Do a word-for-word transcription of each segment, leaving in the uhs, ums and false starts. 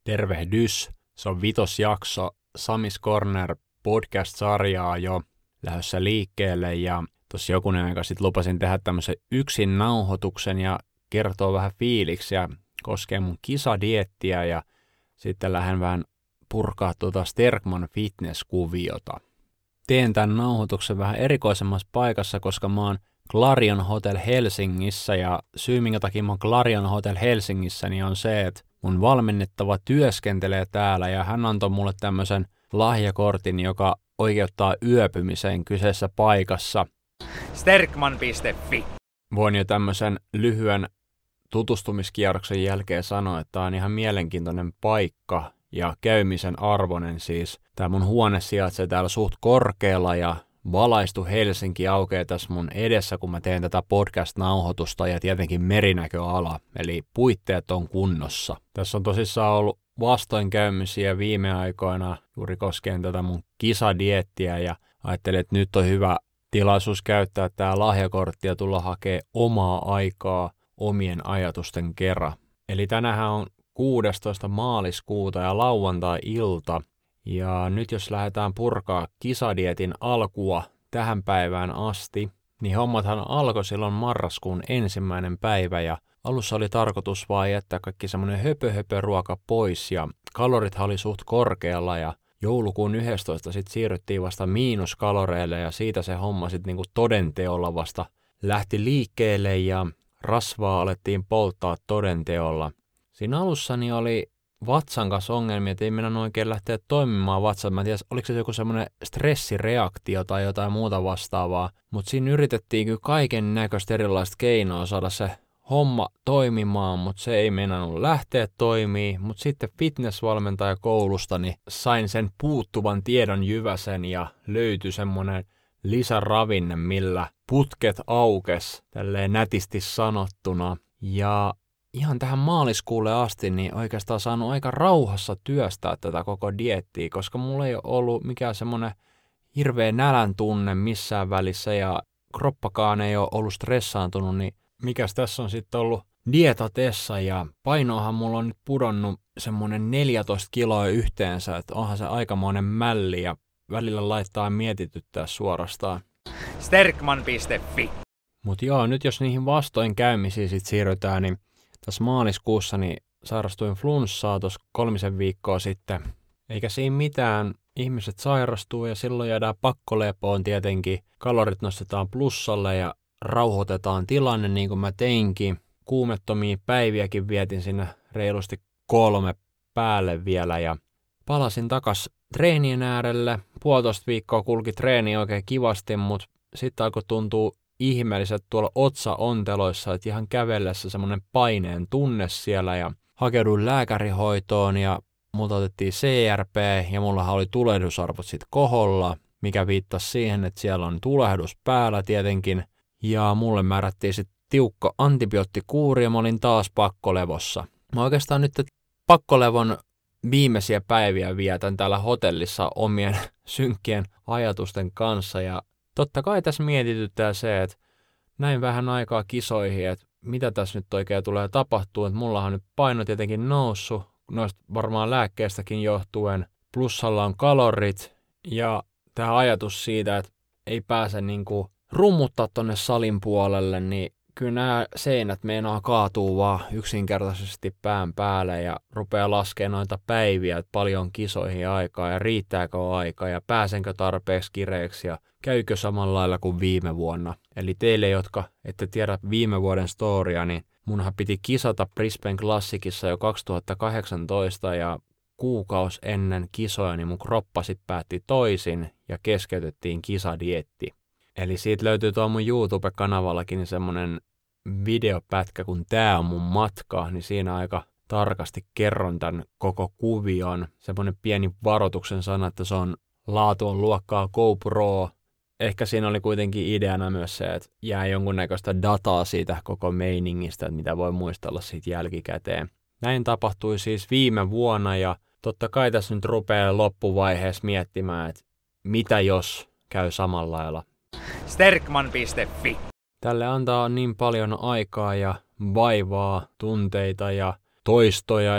Tervehdys! Se on vitosjakso Samis Corner podcast-sarjaa jo lähdössä liikkeelle ja tossa jokunen aika sitten lupasin tehdä tämmöisen yksin nauhoituksen ja kertoo vähän fiiliksiä koskee mun kisadiettiä ja sitten lähden vähän purkaa tuota Sterkman fitness-kuviota. Teen tämän nauhoituksen vähän erikoisemmassa paikassa, koska mä oon Clarion Hotel Helsingissä ja syy minkä takia mä oon Clarion Hotel Helsingissä niin on se, että mun valmennettava työskentelee täällä ja hän antoi mulle tämmöisen lahjakortin, joka oikeuttaa yöpymiseen kyseessä paikassa. sterkman piste fi Voin jo tämmöisen lyhyen tutustumiskierroksen jälkeen sanoa, että tää on ihan mielenkiintoinen paikka ja käymisen arvoinen siis. Tää mun huone sijaitsee täällä suht korkealla ja valaistu Helsinki aukeaa tässä mun edessä, kun mä teen tätä podcast-nauhoitusta ja tietenkin merinäköala, eli puitteet on kunnossa. Tässä on tosissaan ollut vastoinkäymisiä viime aikoina juuri koskien tätä mun kisadiettiä ja ajattelin, että nyt on hyvä tilaisuus käyttää tää lahjakortti ja tulla hakee omaa aikaa omien ajatusten kerran. Eli tänähän on kuudestoista maaliskuuta ja lauantai-ilta. Ja nyt jos lähdetään purkaa kisadietin alkua tähän päivään asti, niin hommathan alkoi silloin marraskuun ensimmäinen päivä ja alussa oli tarkoitus vaan jättää kaikki semmoinen höpö höpö ruoka pois ja kalorithan oli suht korkealla ja joulukuun yhdestoista sitten siirryttiin vasta miinuskaloreille ja siitä se homma sitten niinku todenteolla vasta lähti liikkeelle ja rasvaa alettiin polttaa todenteolla. Siinä alussani oli vatsan kanssa ongelmia, että ei mennä oikein lähteä toimimaan vatsan. Mä en tiedä, oliko se joku semmoinen stressireaktio tai jotain muuta vastaavaa, mutta siinä yritettiin kyllä kaiken näköistä erilaista keinoa saada se homma toimimaan, mutta se ei meinannut lähteä toimimaan. Mutta sitten fitnessvalmentaja koulusta niin sain sen puuttuvan tiedon jyväsen ja löytyi semmoinen lisäravinne, millä putket aukes, tälleen nätisti sanottuna. Ja ihan tähän maaliskuulle asti niin oikeastaan saanut aika rauhassa työstää tätä koko dieettiä, koska mulla ei ole ollut mikään semmoinen hirveä nälän tunne missään välissä ja kroppakaan ei ole ollut stressaantunut, niin mikäs tässä on sitten ollut dietatessa ja painoahan mulla on nyt pudonnut semmoinen neljätoista kiloa yhteensä, että onhan se aikamoinen mälli ja välillä laittaa mietityttää suorastaan. sterkman piste fi Mut joo, nyt jos niihin vastoinkäymisiin sit siirrytään, niin tässä maaliskuussa niin sairastuin flunssaa tuossa kolmisen viikkoa sitten. Eikä siinä mitään, ihmiset sairastuu ja silloin jäädään pakkolepoon tietenkin. Kalorit nostetaan plussalle ja rauhoitetaan tilanne niin kuin mä teinkin. Kuumettomia päiviäkin vietin sinne reilusti kolme päälle vielä ja palasin takas treenien äärelle. Puolitoista viikkoa kulki treeni oikein kivasti, mutta sitten alkoi tuntua ihmeelliset tuolla otsaonteloissa, että ihan kävellessä semmoinen paineen tunne siellä ja hakeuduin lääkärihoitoon ja multa otettiin C R P ja mullahan oli tulehdusarvot sit koholla, mikä viittasi siihen, että siellä on tulehdus päällä tietenkin ja mulle määrättiin sitten tiukka antibioottikuuri ja mä olin taas pakkolevossa. Mä oikeastaan nyt pakkolevon viimeisiä päiviä vietän täällä hotellissa omien synkkien ajatusten kanssa ja totta kai tässä mietityttää se, että näin vähän aikaa kisoihin, että mitä tässä nyt oikein tulee tapahtua, että mullahan on nyt paino tietenkin noussut, noista varmaan lääkkeestäkin johtuen, plussalla on kalorit ja tämä ajatus siitä, että ei pääse niinku rummuttaa tonne salin puolelle, niin kyllä nämä seinät meinaa kaatuu vaan yksinkertaisesti pään päälle ja rupeaa laskemaan noita päiviä, että paljon kisoihin aikaa ja riittääkö aikaa ja pääsenkö tarpeeksi kireeksi ja käykö samalla lailla kuin viime vuonna. Eli teille, jotka ette tiedä viime vuoden storia, niin munhan piti kisata Brisbane Classicissa jo kaksituhattakahdeksantoista ja kuukausi ennen kisoja, niin mun kroppa sit päätti toisin ja keskeytettiin kisadietti. Eli siitä löytyy tuolla mun YouTube-kanavallakin semmonen videopätkä, kun tää on mun matka, niin siinä aika tarkasti kerron tämän koko kuvion. Semmoinen pieni varoituksen sana, että se on laatu on luokkaa GoPro. Ehkä siinä oli kuitenkin ideana myös se, että jää jonkunnäköistä dataa siitä koko meiningistä, että mitä voi muistella siitä jälkikäteen. Näin tapahtui siis viime vuonna ja totta kai tässä nyt rupeaa loppuvaiheessa miettimään, että mitä jos käy samalla lailla. sterkman piste fi Tälle antaa niin paljon aikaa ja vaivaa, tunteita ja toistoja ja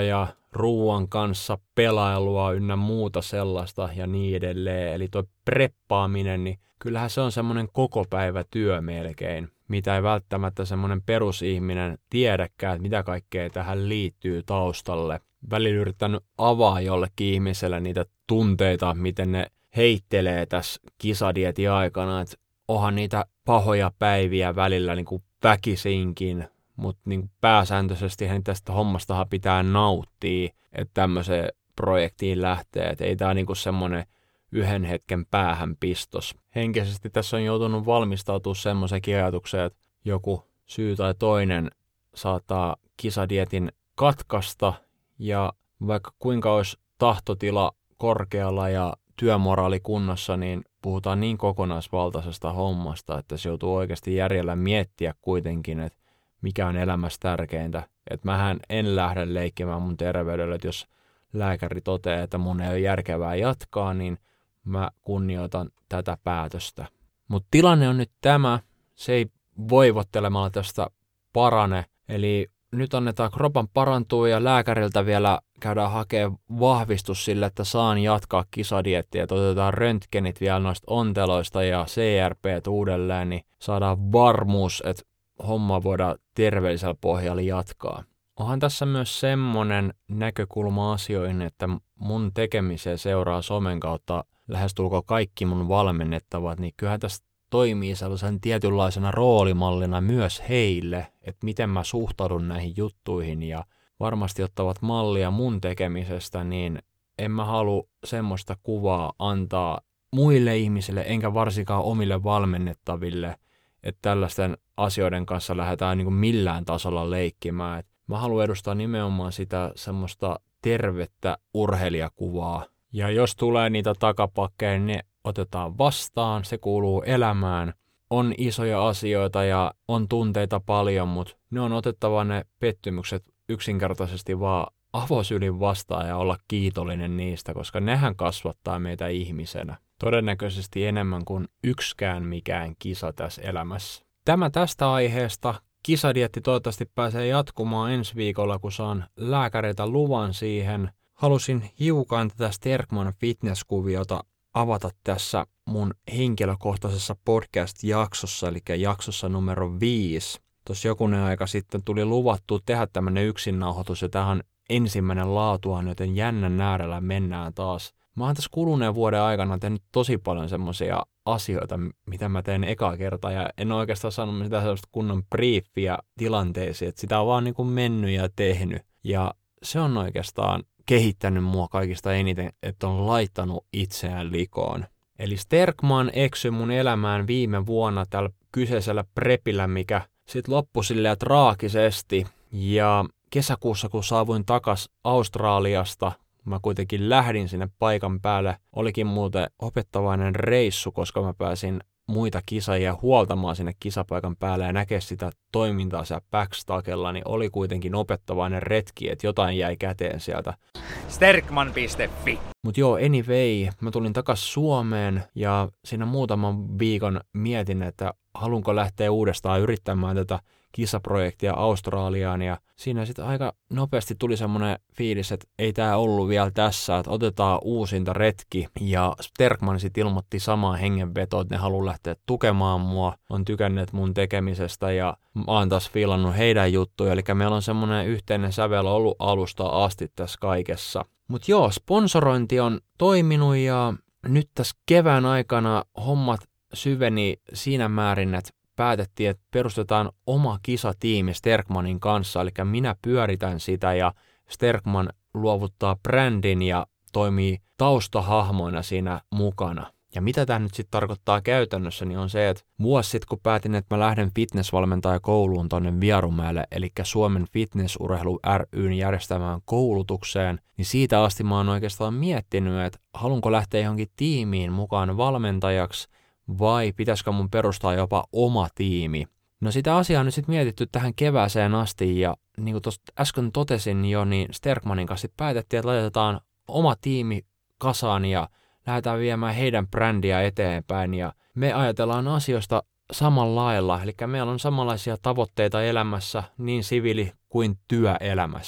ruuan kanssa pelailua ynnä muuta sellaista ja niin edelleen. Eli tuo preppaaminen, niin kyllähän se on semmoinen koko päivä työ melkein, mitä ei välttämättä semmoinen perusihminen tiedäkään, että mitä kaikkea tähän liittyy taustalle. Välillä yrittänyt avaa jollekin ihmiselle niitä tunteita, miten ne heittelee tässä kisadietin aikana, että onhan niitä pahoja päiviä välillä niin kuin väkisinkin, mutta niin pääsääntöisesti tästä hommastahan pitää nauttia, että tämmöiseen projektiin lähtee, että ei tämä niinku semmoinen yhden hetken päähänpistos. Henkisesti tässä on joutunut valmistautumaan semmoisenkin ajatukseen, että joku syy tai toinen saattaa kisadietin katkaista, ja vaikka kuinka olisi tahtotila korkealla ja työmoraali kunnossa, niin puhutaan niin kokonaisvaltaisesta hommasta, että se joutuu oikeasti järjellä miettiä kuitenkin, että mikä on elämässä tärkeintä. Että mähän en lähde leikkimään mun terveydellä, että jos lääkäri toteaa, että mun ei ole järkevää jatkaa, niin mä kunnioitan tätä päätöstä. Mutta tilanne on nyt tämä, se ei voivottelemalla tästä parane, eli nyt annetaan kropan parantua ja lääkäriltä vielä käydään hakemaan vahvistus sille, että saan jatkaa kisadiettiä, että otetaan röntgenit vielä noista onteloista ja C R P:t uudelleen, niin saadaan varmuus, että homma voidaan terveellisellä pohjalla jatkaa. Onhan tässä myös semmoinen näkökulma asioihin, että mun tekemiseen seuraa somen kautta lähestulkoon kaikki mun valmennettavat, niin kyllähän tässä toimii sellaisen tietynlaisena roolimallina myös heille, että miten mä suhtaudun näihin juttuihin ja varmasti ottavat mallia mun tekemisestä, niin en mä halua semmoista kuvaa antaa muille ihmisille, enkä varsinkaan omille valmennettaville, että tällaisten asioiden kanssa lähdetään niin kuin millään tasolla leikkimään. Et mä haluan edustaa nimenomaan sitä semmoista tervettä urheilijakuvaa. Ja jos tulee niitä takapakkeja, niin ne otetaan vastaan, se kuuluu elämään. On isoja asioita ja on tunteita paljon, mutta ne on otettava ne pettymykset yksinkertaisesti vaan avosylin vastaan ja olla kiitollinen niistä, koska nehän kasvattaa meitä ihmisenä. Todennäköisesti enemmän kuin yksikään mikään kisa tässä elämässä. Tämä tästä aiheesta. Kisadietti toivottavasti pääsee jatkumaan ensi viikolla, kun saan lääkäriltä luvan siihen. Halusin hiukan tätä Sterkman fitness-kuviota avata tässä mun henkilökohtaisessa podcast-jaksossa, eli jaksossa numero viisi. Tuossa jokunen aika sitten tuli luvattu tehdä tämmönen yksinnauhoitus, ja tähän on ensimmäinen laatuaan, joten jännän äärellä mennään taas. Mä oon tässä kuluneen vuoden aikana tehnyt tosi paljon semmoisia asioita, mitä mä teen ekaa kertaa, ja en oikeastaan saanut sitä sellaista kunnon briefiä tilanteisiin, että sitä on vaan niin kuin mennyt ja tehnyt. Ja se on oikeastaan kehittänyt mua kaikista eniten, että on laittanut itseään likoon. Eli Sterkman eksyi mun elämään viime vuonna tällä kyseisellä prepillä, mikä sitten loppui silleen traagisesti. Ja kesäkuussa, kun saavuin takas Australiasta, mä kuitenkin lähdin sinne paikan päälle. Olikin muuten opettavainen reissu, koska mä pääsin muita kisajia huoltamaan sinne kisapaikan päälle ja näkee sitä toimintaa siellä backstagella, niin oli kuitenkin opettavainen retki, että jotain jäi käteen sieltä. sterkman piste fi Mut joo, anyway, mä tulin takas Suomeen ja siinä muutaman viikon mietin, että haluanko lähteä uudestaan yrittämään tätä kisaprojektia Australiaan, ja siinä sitten aika nopeasti tuli semmoinen fiilis, että ei tää ollut vielä tässä, että otetaan uusinta retki, ja Sterkman sitten ilmoitti samaan hengenvetoon, että ne haluaa lähteä tukemaan mua, on tykänneet mun tekemisestä ja mä oon taas fiilannut heidän juttuja, eli meillä on semmoinen yhteinen sävel ollut alusta asti tässä kaikessa. Mut joo, sponsorointi on toiminut ja nyt tässä kevään aikana hommat syveni siinä määrin, että päätettiin, että perustetaan oma kisatiimi Sterkmanin kanssa, eli minä pyöritän sitä ja Sterkman luovuttaa brändin ja toimii taustahahmoina siinä mukana. Ja mitä tämä nyt sitten tarkoittaa käytännössä, niin on se, että vuosi sitten kun päätin, että mä lähden fitnessvalmentajakouluun tonne Vierumäelle, eli Suomen Fitnessurheilu ry:n järjestämään koulutukseen, niin siitä asti mä oon oikeastaan miettinyt, että haluanko lähteä johonkin tiimiin mukaan valmentajaksi, vai pitäisikö mun perustaa jopa oma tiimi? No sitä asiaa on nyt sitten mietitty tähän kevääseen asti, ja niin kuin tuossa äsken totesin jo, niin Sterkmanin kanssa päätettiin, että laitetaan oma tiimi kasaan ja lähdetään viemään heidän brändiä eteenpäin, ja me ajatellaan asioista samalla lailla, eli meillä on samanlaisia tavoitteita elämässä, niin siviili- kuin työelämässä.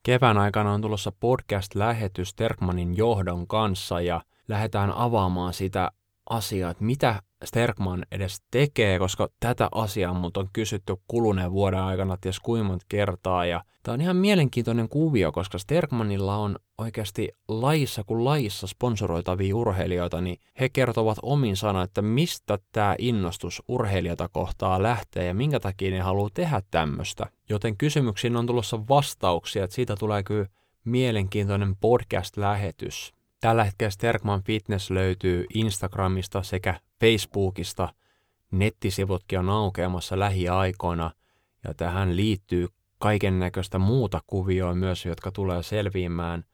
Kevään aikana on tulossa podcast-lähetys Sterkmanin johdon kanssa ja lähdetään avaamaan sitä asiaa, että mitä Sterkman edes tekee, koska tätä asiaa mut on kysytty kuluneen vuoden aikana ties kuinka monta kertaa. Ja tää on ihan mielenkiintoinen kuvio, koska Sterkmanilla on oikeasti lajissa kuin lajissa sponsoroitavia urheilijoita, niin he kertovat omin sanoin, että mistä tämä innostus urheilijoita kohtaa lähtee ja minkä takia ne haluaa tehdä tämmöistä. Joten kysymyksiin on tulossa vastauksia, että siitä tulee kyllä mielenkiintoinen podcast-lähetys. Tällä hetkellä Sterkman Fitness löytyy Instagramista sekä Facebookista. Nettisivutkin on aukeamassa lähiaikoina ja tähän liittyy kaiken näköistä muuta kuvioa myös, jotka tulee selviämään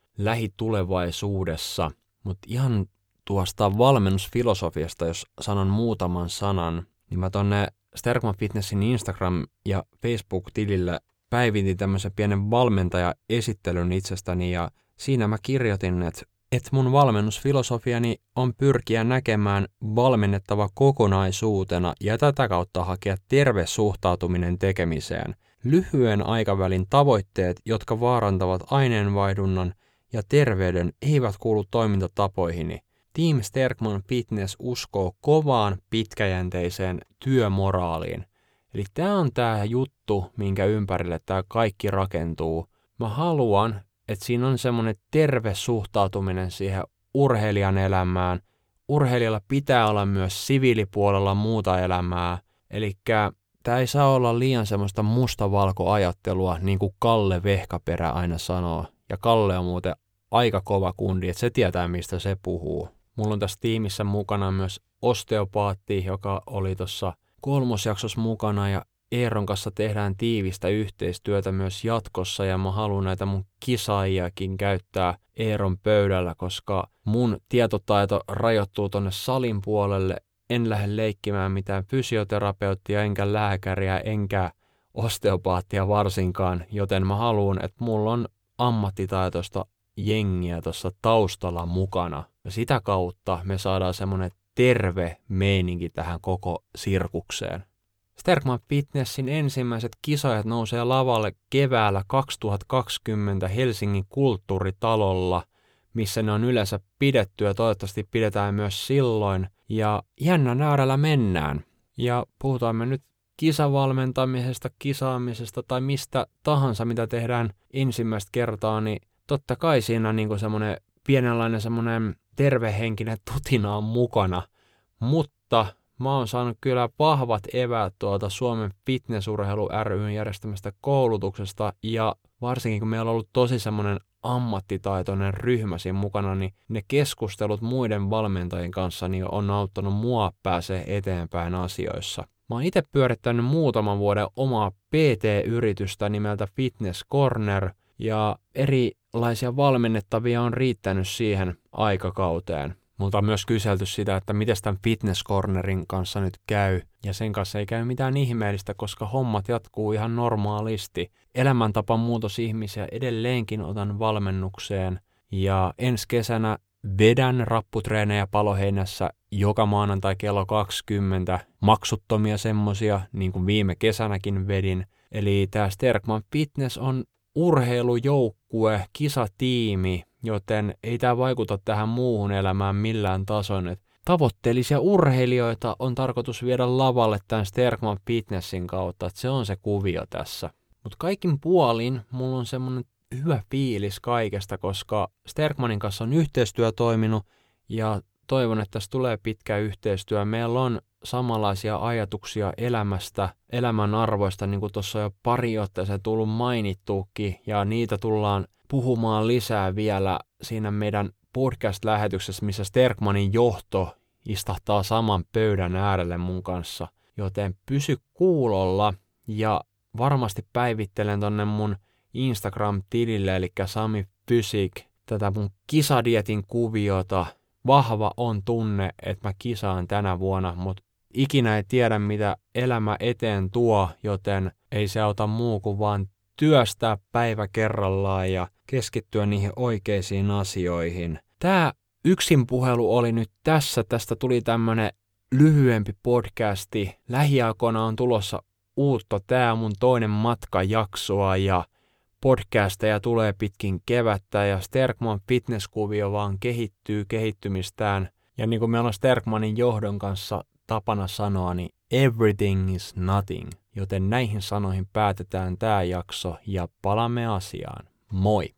lähitulevaisuudessa. Mutta ihan tuosta valmennusfilosofiasta, jos sanon muutaman sanan, niin mä tonne Sterkman Fitnessin Instagram- ja Facebook-tilille päivitin tämmöisen pienen valmentajaesittelyn itsestäni ja siinä mä kirjoitin, että että mun valmennusfilosofiani on pyrkiä näkemään valmennettava kokonaisuutena ja tätä kautta hakea terve suhtautuminen tekemiseen. Lyhyen aikavälin tavoitteet, jotka vaarantavat aineenvaihdunnan ja terveyden, eivät kuulu toimintatapoihini. Team Sterkman Fitness uskoo kovaan pitkäjänteiseen työmoraaliin. Eli tää on tää juttu, minkä ympärille tää kaikki rakentuu. Mä haluan, että siinä on semmoinen terve suhtautuminen siihen urheilijan elämään. Urheilijalla pitää olla myös siviilipuolella muuta elämää. Eli tämä ei saa olla liian semmoista mustavalkoajattelua, niin kuin Kalle Vehkaperä aina sanoo. Ja Kalle on muuten aika kova kundi, että se tietää, mistä se puhuu. Mulla on tässä tiimissä mukana myös osteopaatti, joka oli tuossa kolmosjaksossa mukana, ja Eeron kanssa tehdään tiivistä yhteistyötä myös jatkossa ja mä haluan näitä mun kisaajiakin käyttää Eeron pöydällä, koska mun tietotaito rajoittuu tonne salin puolelle. En lähde leikkimään mitään fysioterapeuttia, enkä lääkäriä, enkä osteopaattia varsinkaan, joten mä haluan, että mulla on ammattitaitoista jengiä tuossa taustalla mukana. Ja sitä kautta me saadaan semmoinen terve meininki tähän koko sirkukseen. Sterkman Fitnessin ensimmäiset kisajat nousee lavalle keväällä kaksituhattakaksikymmentä Helsingin kulttuuritalolla, missä ne on yleensä pidetty ja toivottavasti pidetään myös silloin. Ja jännän äärellä mennään. Ja puhutaan me nyt kisavalmentamisesta, kisaamisesta tai mistä tahansa, mitä tehdään ensimmäistä kertaa, niin totta kai siinä on niinku semmoinen pienenlainen semmoinen tervehenkinen tutina on mukana, mutta mä oon saanut kyllä vahvat eväät tuolta Suomen Fitnessurheilu ry:n järjestämästä koulutuksesta ja varsinkin kun meillä on ollut tosi semmoinen ammattitaitoinen ryhmä siinä mukana, niin ne keskustelut muiden valmentajien kanssa niin on auttanut mua pääsee eteenpäin asioissa. Mä oon itse pyörittänyt muutaman vuoden omaa P T-yritystä nimeltä Fitness Corner ja erilaisia valmennettavia on riittänyt siihen aikakauteen. Multa on myös kyselty sitä, että miten tämän Fitness Cornerin kanssa nyt käy. Ja sen kanssa ei käy mitään ihmeellistä, koska hommat jatkuu ihan normaalisti. Elämäntapa muutos ihmisiä edelleenkin otan valmennukseen. Ja ensi kesänä vedän rapputreenejä Paloheinässä joka maanantai kello kaksikymmentä. Maksuttomia semmosia, niin kuin viime kesänäkin vedin. Eli tämä Sterkman Fitness on urheilujoukkue, kisatiimi, joten ei tämä vaikuta tähän muuhun elämään millään tason. Tavoitteellisia urheilijoita on tarkoitus viedä lavalle tämän Sterkman Fitnessin kautta, että se on se kuvio tässä. Mutta kaikin puolin mulla on semmoinen hyvä fiilis kaikesta, koska Sterkmanin kanssa on yhteistyö toiminut ja toivon, että tässä tulee pitkä yhteistyö. Meillä on samanlaisia ajatuksia elämästä, elämän arvoista, niin kuin tuossa jo pari otteeseen tullut mainittuukin, ja niitä tullaan puhumaan lisää vielä siinä meidän podcast-lähetyksessä, missä Sterkmanin johto istahtaa saman pöydän äärelle mun kanssa. Joten pysy kuulolla ja varmasti päivittelen tonne mun Instagram-tilille, eli Sami Physique, tätä mun kisadietin kuviota. Vahva on tunne, että mä kisaan tänä vuonna, mutta ikinä ei tiedä, mitä elämä eteen tuo, joten ei se auta muu kuin vaan työstää päivä kerrallaan ja keskittyä niihin oikeisiin asioihin. Tää yksin puhelu oli nyt tässä. Tästä tuli tämmönen lyhyempi podcasti. Lähiaikoina on tulossa uutta. Tää on mun toinen matkajaksoa ja podcasteja tulee pitkin kevättä ja Sterkman fitnesskuvio vaan kehittyy kehittymistään. Ja niin kuin meillä on Sterkmanin johdon kanssa tapana sanoa, niin everything is nothing. Joten näihin sanoihin päätetään tämä jakso ja palaamme asiaan. Moi!